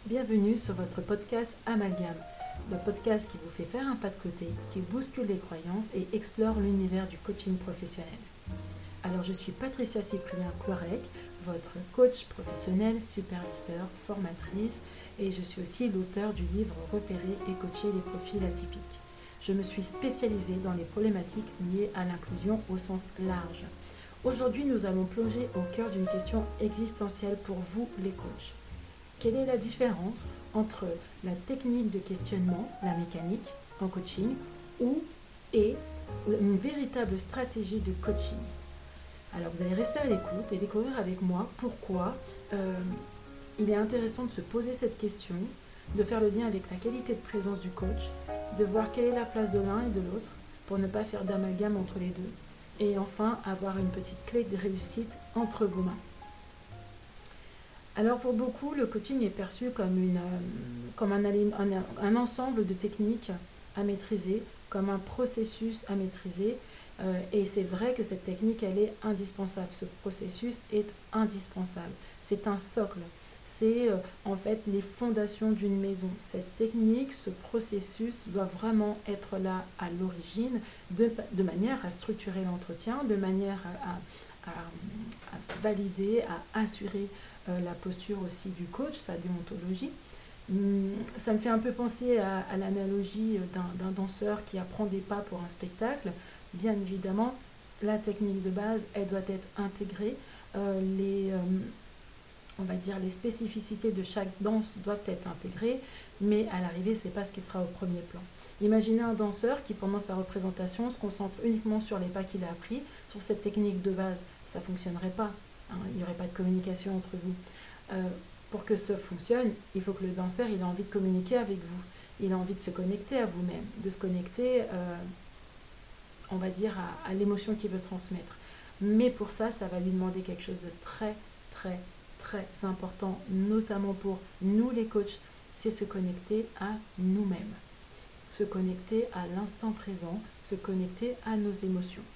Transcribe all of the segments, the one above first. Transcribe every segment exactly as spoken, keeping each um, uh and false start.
Bienvenue sur votre podcast Amalgame, le podcast qui vous fait faire un pas de côté, qui bouscule les croyances et explore l'univers du coaching professionnel. Alors je suis Patricia Cyprien Cloirec, votre coach professionnel, superviseur, formatrice et je suis aussi l'auteur du livre Repérer et coacher les profils atypiques. Je me suis spécialisée dans les problématiques liées à l'inclusion au sens large. Aujourd'hui, nous allons plonger au cœur d'une question existentielle pour vous les coachs. Quelle est la différence entre la technique de questionnement, la mécanique, en coaching, ou et une véritable stratégie de coaching? Alors vous allez rester à l'écoute et découvrir avec moi pourquoi euh, il est intéressant de se poser cette question, de faire le lien avec la qualité de présence du coach, de voir quelle est la place de l'un et de l'autre pour ne pas faire d'amalgame entre les deux, et enfin avoir une petite clé de réussite entre vos mains. Alors pour beaucoup, le coaching est perçu comme, une, comme un, un, un ensemble de techniques à maîtriser, comme un processus à maîtriser. Euh, et c'est vrai que cette technique, elle est indispensable. Ce processus est indispensable. C'est un socle. C'est euh, en fait les fondations d'une maison. Cette technique, ce processus doit vraiment être là à l'origine, de, de manière à structurer l'entretien, de manière à, à, à, à valider, à assurer Euh, la posture aussi du coach, sa déontologie. Hum, ça me fait un peu penser à, à l'analogie d'un, d'un danseur qui apprend des pas pour un spectacle. Bien évidemment, la technique de base, elle doit être intégrée. Euh, les, euh, on va dire les spécificités de chaque danse doivent être intégrées, mais à l'arrivée, c'est pas ce qui sera au premier plan. Imaginez un danseur qui, pendant sa représentation, se concentre uniquement sur les pas qu'il a appris, sur cette technique de base. Ça fonctionnerait pas. Hein, il n'y aurait pas de communication entre vous. Euh, pour que ça fonctionne, il faut que le danseur il a envie de communiquer avec vous. Il a envie de se connecter à vous-même, de se connecter, euh, on va dire, à, à l'émotion qu'il veut transmettre. Mais pour ça, ça va lui demander quelque chose de très, très, très important, notamment pour nous les coachs, c'est se connecter à nous-mêmes. Se connecter à l'instant présent, se connecter à nos émotions.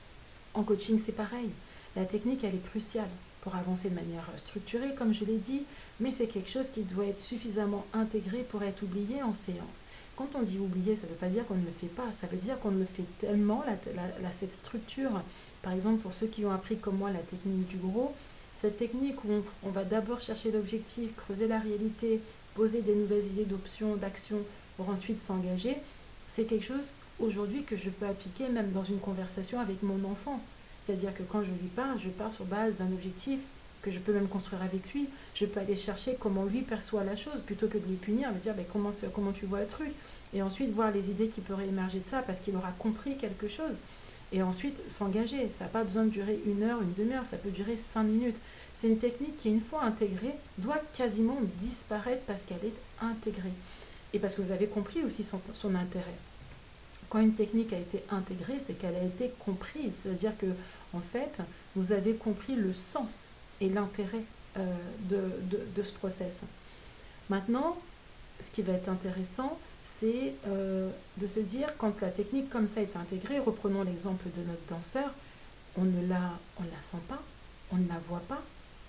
En coaching, c'est pareil. La technique, elle est cruciale pour avancer de manière structurée, comme je l'ai dit, mais c'est quelque chose qui doit être suffisamment intégré pour être oublié en séance. Quand on dit oublier, ça ne veut pas dire qu'on ne le fait pas, ça veut dire qu'on le fait tellement, la, la, la, cette structure, par exemple pour ceux qui ont appris comme moi la technique du gros, cette technique où on, on va d'abord chercher l'objectif, creuser la réalité, poser des nouvelles idées d'options, d'actions, pour ensuite s'engager, c'est quelque chose aujourd'hui que je peux appliquer même dans une conversation avec mon enfant. C'est-à-dire que quand je lui parle, je pars sur base d'un objectif que je peux même construire avec lui. Je peux aller chercher comment lui perçoit la chose plutôt que de lui punir, me dire ben, comment, comment tu vois le truc. Et ensuite voir les idées qui pourraient émerger de ça parce qu'il aura compris quelque chose. Et ensuite s'engager. Ça n'a pas besoin de durer une heure, une demi-heure, ça peut durer cinq minutes. C'est une technique qui, une fois intégrée, doit quasiment disparaître parce qu'elle est intégrée. Et parce que vous avez compris aussi son, son intérêt. Quand une technique a été intégrée, c'est qu'elle a été comprise. C'est-à-dire que, en fait, vous avez compris le sens et l'intérêt euh, de, de, de ce process. Maintenant, ce qui va être intéressant, c'est euh, de se dire, quand la technique comme ça est intégrée, reprenons l'exemple de notre danseur, on ne la, on la sent pas, on ne la voit pas.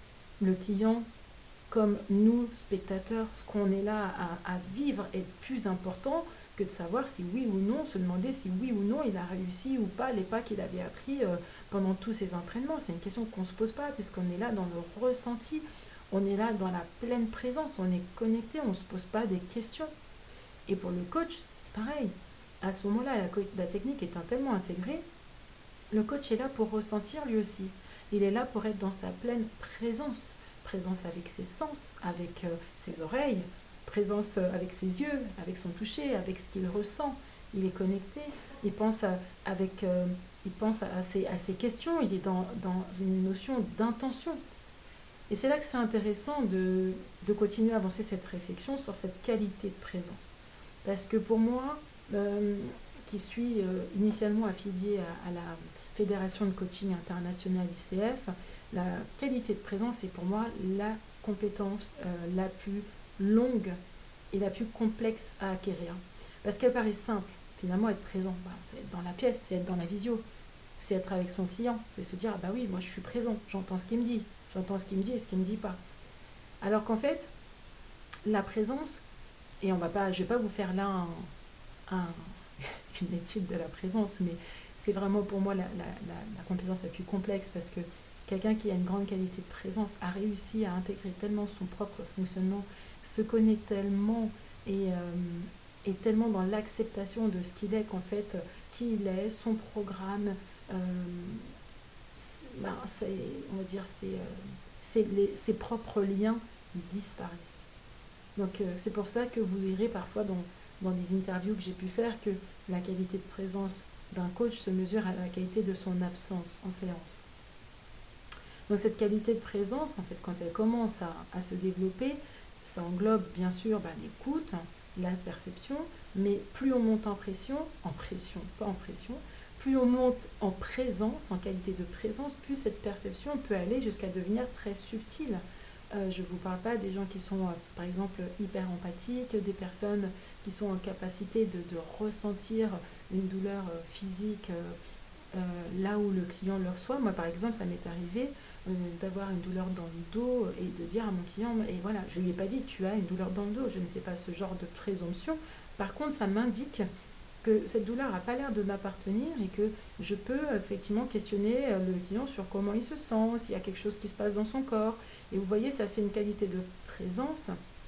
Le client, comme nous, spectateurs, ce qu'on est là à, à vivre est plus important que de savoir si oui ou non, se demander si oui ou non il a réussi ou pas les pas qu'il avait appris euh, pendant tous ses entraînements. C'est une question qu'on ne se pose pas puisqu'on est là dans le ressenti, on est là dans la pleine présence, on est connecté, on ne se pose pas des questions. Et pour le coach, c'est pareil. À ce moment-là, la, la technique est tellement intégrée, le coach est là pour ressentir lui aussi. Il est là pour être dans sa pleine présence. Présence avec ses sens, avec euh, ses oreilles, présence avec ses yeux, avec son toucher, avec ce qu'il ressent. Il est connecté, il pense à, avec, euh, il pense à, ses, à ses questions, il est dans, dans une notion d'intention. Et c'est là que c'est intéressant de, de continuer à avancer cette réflexion sur cette qualité de présence. Parce que pour moi, euh, qui suis euh, initialement affiliée à, à la Fédération de coaching international I C F, la qualité de présence est pour moi la compétence euh, la plus longue et la plus complexe à acquérir. Parce qu'elle paraît simple, finalement être présent, bah, c'est être dans la pièce, c'est être dans la visio, c'est être avec son client, c'est se dire, ah bah oui, moi je suis présent, j'entends ce qu'il me dit, j'entends ce qu'il me dit et ce qu'il ne me dit pas. Alors qu'en fait, la présence, et on va pas, je ne vais pas vous faire là un, un, une étude de la présence, mais c'est vraiment pour moi la, la, la, la compétence la plus complexe, parce que quelqu'un qui a une grande qualité de présence a réussi à intégrer tellement son propre fonctionnement, se connaît tellement et euh, est tellement dans l'acceptation de ce qu'il est, qu'en fait, qui il est, son programme, euh, ben, c'est, on va dire, c'est, euh, c'est les, ses propres liens disparaissent. Donc euh, c'est pour ça que vous verrez parfois dans, dans des interviews que j'ai pu faire que la qualité de présence d'un coach se mesure à la qualité de son absence en séance. Donc cette qualité de présence, en fait, quand elle commence à, à se développer, ça englobe bien sûr bah, l'écoute, la perception, mais plus on monte en pression, en pression, pas en pression, plus on monte en présence, en qualité de présence, plus cette perception peut aller jusqu'à devenir très subtile. Euh, je ne vous parle pas des gens qui sont, euh, par exemple, hyper empathiques, des personnes qui sont en capacité de, de ressentir une douleur euh, physique euh, euh, là où le client le reçoit. Moi, par exemple, ça m'est arrivé euh, d'avoir une douleur dans le dos et de dire à mon client, et voilà, je ne lui ai pas dit, tu as une douleur dans le dos, je ne fais pas ce genre de présomption. Par contre, ça m'indique que cette douleur n'a pas l'air de m'appartenir et que je peux effectivement questionner le client sur comment il se sent, s'il y a quelque chose qui se passe dans son corps. Et vous voyez, ça c'est une qualité de présence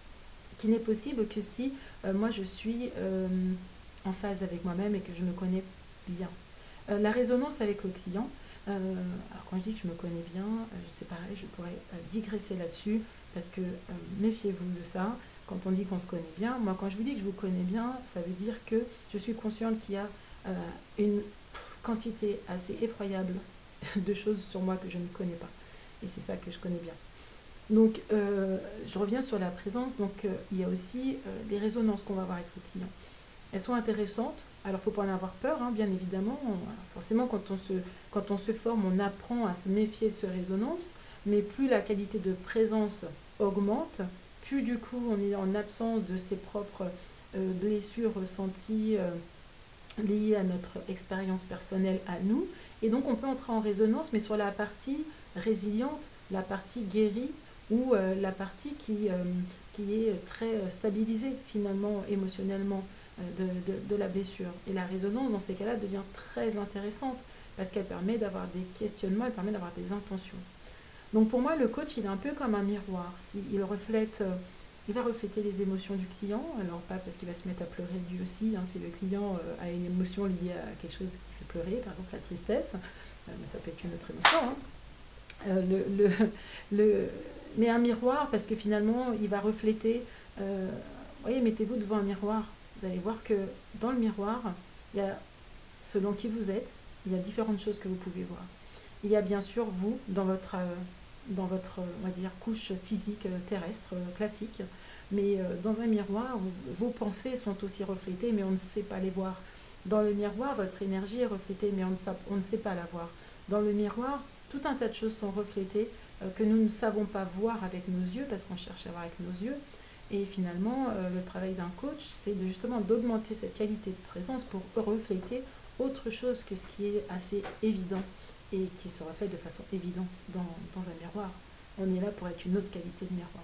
qui n'est possible que si euh, moi je suis euh, en phase avec moi-même et que je me connais bien. Euh, la résonance avec le client, euh, alors quand je dis que je me connais bien, euh, c'est pareil, je pourrais euh, digresser là-dessus parce que euh, méfiez-vous de ça. Quand on dit qu'on se connaît bien, moi quand je vous dis que je vous connais bien, ça veut dire que je suis consciente qu'il y a euh, une quantité assez effroyable de choses sur moi que je ne connais pas. Et c'est ça que je connais bien. Donc euh, je reviens sur la présence, donc euh, il y a aussi euh, les résonances qu'on va avoir avec le client. Elles sont intéressantes, alors il ne faut pas en avoir peur, hein, bien évidemment. On, forcément quand on, se, quand on se forme, on apprend à se méfier de ces résonances, mais plus la qualité de présence augmente, plus du coup on est en absence de ses propres euh, blessures ressenties euh, liées à notre expérience personnelle à nous, et donc on peut entrer en résonance, mais sur la partie résiliente, la partie guérie, ou euh, la partie qui, euh, qui est très stabilisée finalement émotionnellement euh, de, de, de la blessure. Et la résonance dans ces cas-là devient très intéressante, parce qu'elle permet d'avoir des questionnements, elle permet d'avoir des intentions. Donc pour moi, le coach, il est un peu comme un miroir. Il reflète, euh, il va refléter les émotions du client. Alors pas parce qu'il va se mettre à pleurer lui aussi. Hein, si le client euh, a une émotion liée à quelque chose qui fait pleurer, par exemple la tristesse, euh, mais ça peut être une autre émotion. Hein. Euh, le, le, le, mais un miroir, parce que finalement, il va refléter. Euh, voyez, mettez-vous devant un miroir. Vous allez voir que dans le miroir, il y a, selon qui vous êtes, il y a différentes choses que vous pouvez voir. Il y a bien sûr vous dans votre euh, dans votre, on va dire, couche physique terrestre classique, mais dans un miroir, vos pensées sont aussi reflétées, mais on ne sait pas les voir. Dans le miroir, votre énergie est reflétée, mais on ne, on ne sait pas la voir. Dans le miroir, tout un tas de choses sont reflétées euh, que nous ne savons pas voir avec nos yeux, parce qu'on cherche à voir avec nos yeux. Et finalement, euh, le travail d'un coach, c'est de, justement d'augmenter cette qualité de présence pour refléter autre chose que ce qui est assez évident et qui sera fait de façon évidente dans, dans un miroir. On est là pour être une autre qualité de miroir.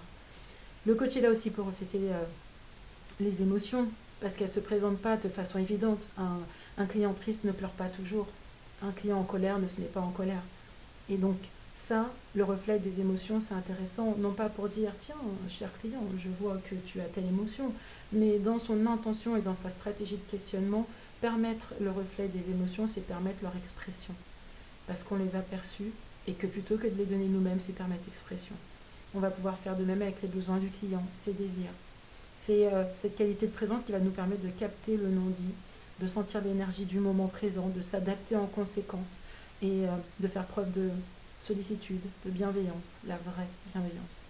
Le coach est là aussi pour refléter euh, les émotions, parce qu'elles ne se présentent pas de façon évidente. Un, un client triste ne pleure pas toujours. Un client en colère ne se met pas en colère. Et donc, ça, le reflet des émotions, c'est intéressant, non pas pour dire, tiens, cher client, je vois que tu as telle émotion, mais dans son intention et dans sa stratégie de questionnement, permettre le reflet des émotions, c'est permettre leur expression. Parce qu'on les a perçus et que plutôt que de les donner nous-mêmes, c'est permettre l'expression. On va pouvoir faire de même avec les besoins du client, ses désirs. C'est euh, cette qualité de présence qui va nous permettre de capter le non-dit, de sentir l'énergie du moment présent, de s'adapter en conséquence et euh, de faire preuve de sollicitude, de bienveillance, la vraie bienveillance.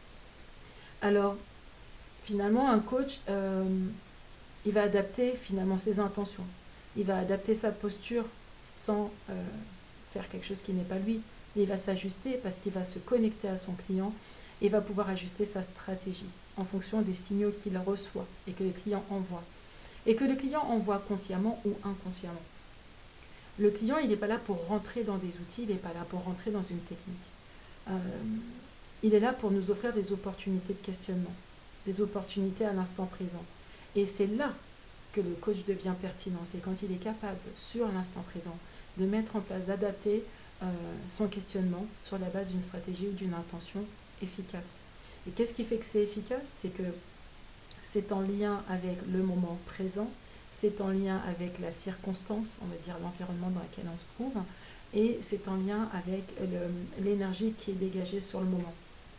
Alors, finalement, un coach, euh, il va adapter finalement ses intentions. Il va adapter sa posture sans euh, faire quelque chose qui n'est pas lui. Il va s'ajuster parce qu'il va se connecter à son client et va pouvoir ajuster sa stratégie en fonction des signaux qu'il reçoit et que le client envoie. Et que le client envoie consciemment ou inconsciemment. Le client, il n'est pas là pour rentrer dans des outils, il n'est pas là pour rentrer dans une technique. Euh, il est là pour nous offrir des opportunités de questionnement. des opportunités à l'instant présent. Et c'est là que le coach devient pertinent. C'est quand il est capable, sur l'instant présent, de mettre en place, d'adapter euh, son questionnement sur la base d'une stratégie ou d'une intention efficace. Et qu'est-ce qui fait que c'est efficace? C'est que c'est en lien avec le moment présent, c'est en lien avec la circonstance, on va dire l'environnement dans lequel on se trouve, et c'est en lien avec l'énergie qui est dégagée sur le moment.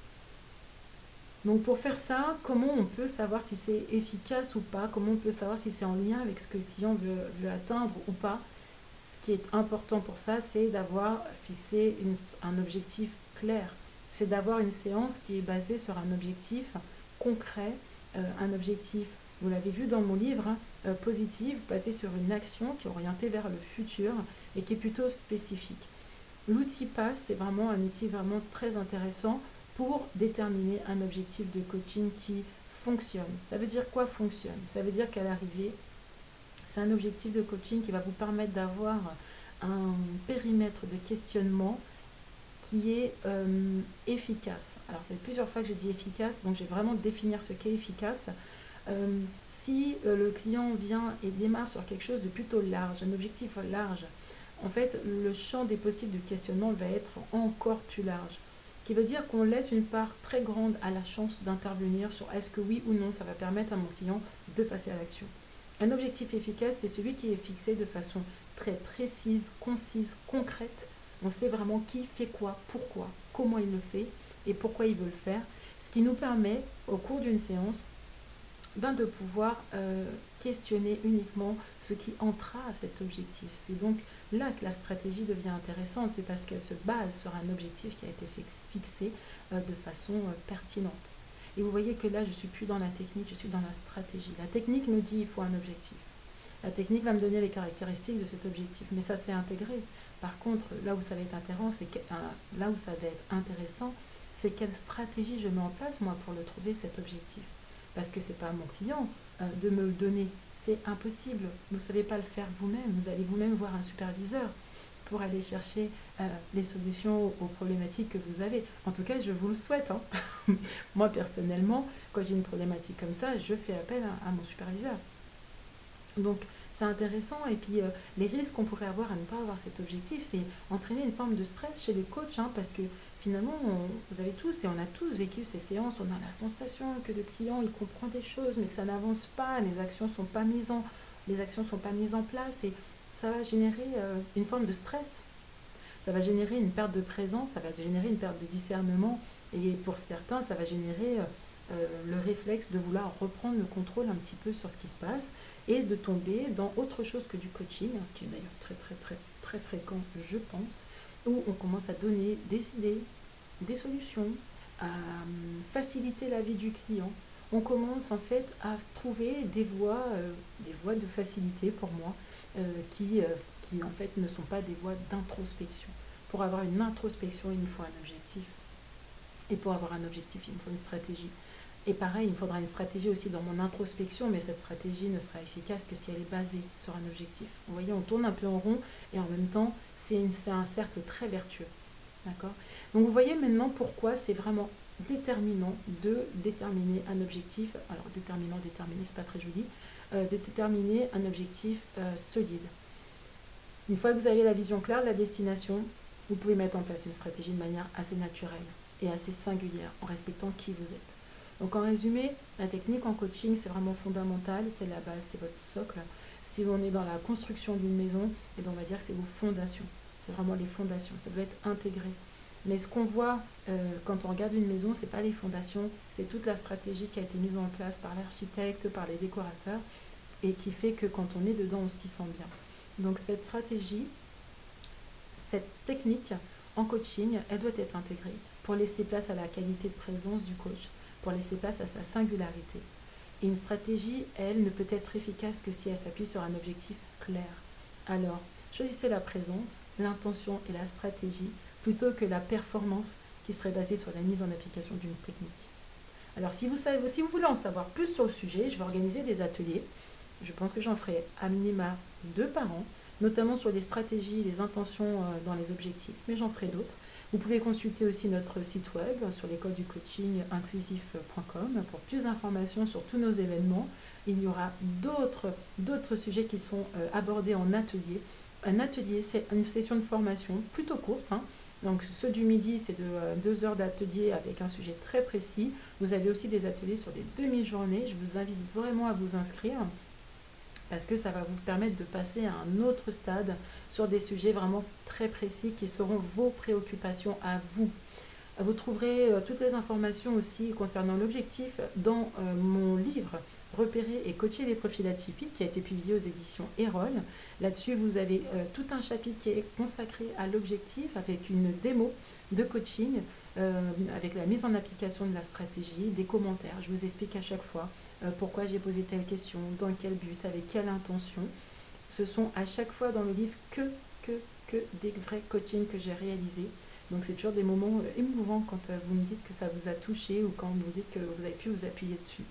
Donc pour faire ça, comment on peut savoir si c'est efficace ou pas? Comment on peut savoir si c'est en lien avec ce que le client veut, veut atteindre ou pas? Ce qui est important pour ça, c'est d'avoir fixé une, un objectif clair. C'est d'avoir une séance qui est basée sur un objectif concret, euh, un objectif, vous l'avez vu dans mon livre, hein, euh, positif, basé sur une action qui est orientée vers le futur et qui est plutôt spécifique. L'outil PASS, c'est vraiment un outil vraiment très intéressant pour déterminer un objectif de coaching qui fonctionne. Ça veut dire quoi fonctionne? Ça veut dire qu'à l'arrivée, c'est un objectif de coaching qui va vous permettre d'avoir un périmètre de questionnement qui est euh, efficace. Alors c'est plusieurs fois que je dis efficace, donc je vais vraiment définir ce qu'est efficace. Euh, si euh, le client vient et démarre sur quelque chose de plutôt large, un objectif large, en fait le champ des possibles du questionnement va être encore plus large. Qui veut dire qu'on laisse une part très grande à la chance d'intervenir sur est-ce que oui ou non ça va permettre à mon client de passer à l'action. Un objectif efficace, c'est celui qui est fixé de façon très précise, concise, concrète. On sait vraiment qui fait quoi, pourquoi, comment il le fait et pourquoi il veut le faire. Ce qui nous permet, au cours d'une séance, ben, de pouvoir euh, questionner uniquement ce qui entrave cet objectif. C'est donc là que la stratégie devient intéressante, c'est parce qu'elle se base sur un objectif qui a été fixé euh, de façon euh, pertinente. Et vous voyez que là, je ne suis plus dans la technique, je suis dans la stratégie. La technique me dit qu'il faut un objectif. La technique va me donner les caractéristiques de cet objectif, mais ça c'est intégré. Par contre, là où ça va être intéressant, c'est que, euh, là où ça va être intéressant, c'est quelle stratégie je mets en place moi pour le trouver cet objectif. Parce que ce n'est pas à mon client euh, de me le donner. C'est impossible. Vous ne savez pas le faire vous-même. Vous allez vous-même voir un superviseur pour aller chercher euh, les solutions aux, aux problématiques que vous avez. En tout cas, je vous le souhaite. Hein. Moi, personnellement, quand j'ai une problématique comme ça, je fais appel à, à mon superviseur. Donc, c'est intéressant. Et puis, euh, les risques qu'on pourrait avoir à ne pas avoir cet objectif, c'est entraîner une forme de stress chez les coachs, hein, parce que finalement, on, vous avez tous, et on a tous vécu ces séances, on a la sensation que le client, il comprend des choses, mais que ça n'avance pas, les actions ne sont pas mises en, les actions sont pas mises en place, et ça va générer euh, une forme de stress. Ça va générer une perte de présence, ça va générer une perte de discernement, et pour certains, ça va générer euh, le réflexe de vouloir reprendre le contrôle un petit peu sur ce qui se passe, et de tomber dans autre chose que du coaching, ce qui est d'ailleurs très très très très fréquent, je pense, où on commence à donner des idées, des solutions, à faciliter la vie du client. On commence en fait à trouver des voies, euh, des voies de facilité pour moi, euh, qui, euh, qui en fait ne sont pas des voies d'introspection. Pour avoir une introspection, il nous faut un objectif. Et pour avoir un objectif, il me faut une stratégie. Et pareil, il me faudra une stratégie aussi dans mon introspection, mais cette stratégie ne sera efficace que si elle est basée sur un objectif. Vous voyez, on tourne un peu en rond et en même temps, c'est un cercle très vertueux. D'accord ? Donc vous voyez maintenant pourquoi c'est vraiment déterminant de déterminer un objectif. Alors déterminant, déterminer, c'est pas très joli. Euh, de déterminer un objectif euh, solide. Une fois que vous avez la vision claire de la destination, vous pouvez mettre en place une stratégie de manière assez naturelle et assez singulière, en respectant qui vous êtes. Donc en résumé, la technique en coaching, c'est vraiment fondamental, c'est la base, c'est votre socle. Si on est dans la construction d'une maison, eh bien on va dire que c'est vos fondations. C'est vraiment les fondations, ça doit être intégré. Mais ce qu'on voit euh, quand on regarde une maison, ce n'est pas les fondations, c'est toute la stratégie qui a été mise en place par l'architecte, par les décorateurs, et qui fait que quand on est dedans, on s'y sent bien. Donc cette stratégie, cette technique en coaching, elle doit être intégrée pour laisser place à la qualité de présence du coach, pour laisser place à sa singularité. Et une stratégie, elle, ne peut être efficace que si elle s'appuie sur un objectif clair. Alors, choisissez la présence, l'intention et la stratégie, plutôt que la performance qui serait basée sur la mise en application d'une technique. Alors, si vous, savez, si vous voulez en savoir plus sur le sujet, je vais organiser des ateliers. Je pense que j'en ferai à minima deux par an, notamment sur les stratégies, les intentions dans les objectifs, mais j'en ferai d'autres. Vous pouvez consulter aussi notre site web sur l'école du coaching inclusif point com pour plus d'informations sur tous nos événements. Il y aura d'autres d'autres sujets qui sont euh, abordés en atelier. Un atelier, c'est une session de formation plutôt courte, hein. Donc ceux du midi, c'est de euh, deux heures d'atelier avec un sujet très précis. Vous avez aussi des ateliers sur des demi-journées. Je vous invite vraiment à vous inscrire parce que ça va vous permettre de passer à un autre stade sur des sujets vraiment très précis qui seront vos préoccupations à vous. Vous trouverez euh, toutes les informations aussi concernant l'objectif dans euh, mon livre Repérer et coacher les profils atypiques qui a été publié aux éditions Erol. Là-dessus, vous avez euh, tout un chapitre qui est consacré à l'objectif avec une démo de coaching, euh, avec la mise en application de la stratégie, des commentaires. Je vous explique à chaque fois euh, pourquoi j'ai posé telle question, dans quel but, avec quelle intention. Ce sont à chaque fois dans le livre que, que, que des vrais coachings que j'ai réalisés. Donc c'est toujours des moments émouvants quand vous me dites que ça vous a touché ou quand vous dites que vous avez pu vous appuyer dessus.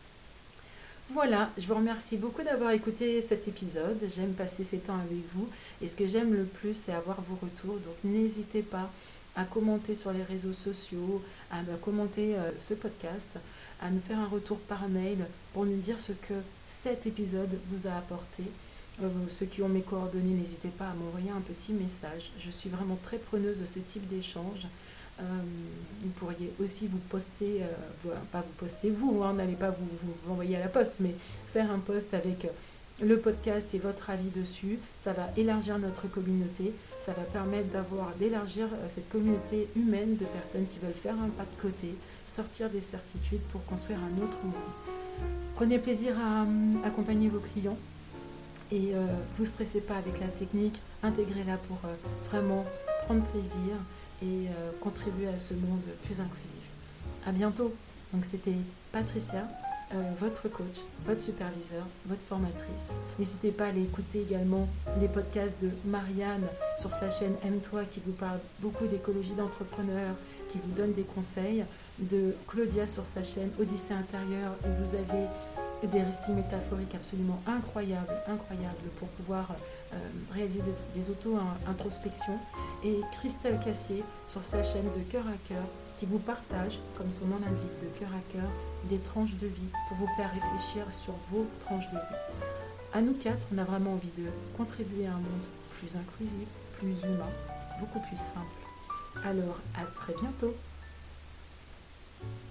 Voilà, je vous remercie beaucoup d'avoir écouté cet épisode. J'aime passer ces temps avec vous et ce que j'aime le plus, c'est avoir vos retours. Donc n'hésitez pas à commenter sur les réseaux sociaux, à me commenter euh, ce podcast, à nous faire un retour par mail pour nous dire ce que cet épisode vous a apporté. Euh, ceux qui ont mes coordonnées, n'hésitez pas à m'envoyer un petit message. Je suis vraiment très preneuse de ce type d'échange. Euh, vous pourriez aussi vous poster, euh, vous, pas vous poster vous, hein, n'allez pas vous, vous, vous envoyer à la poste, mais faire un post avec le podcast et votre avis dessus. Ça va élargir notre communauté, ça va permettre d'avoir, d'élargir euh, cette communauté humaine de personnes qui veulent faire un pas de côté, sortir des certitudes pour construire un autre monde. Prenez plaisir à euh, accompagner vos clients. Et euh, vous stressez pas avec la technique, intégrez-la pour euh, vraiment prendre plaisir et euh, contribuer à ce monde plus inclusif. À bientôt. Donc c'était Patricia, euh, votre coach, votre superviseur, votre formatrice. N'hésitez pas à aller écouter également les podcasts de Marianne sur sa chaîne Aime-toi qui vous parle beaucoup d'écologie d'entrepreneurs, qui vous donne des conseils, de Claudia sur sa chaîne Odyssée intérieure où vous avez des récits métaphoriques absolument incroyables, incroyables pour pouvoir euh, réaliser des, des auto-introspections. Et Christelle Cassier sur sa chaîne de cœur à cœur qui vous partage, comme son nom l'indique, de cœur à cœur, des tranches de vie pour vous faire réfléchir sur vos tranches de vie. À nous quatre, on a vraiment envie de contribuer à un monde plus inclusif, plus humain, beaucoup plus simple. Alors, à très bientôt.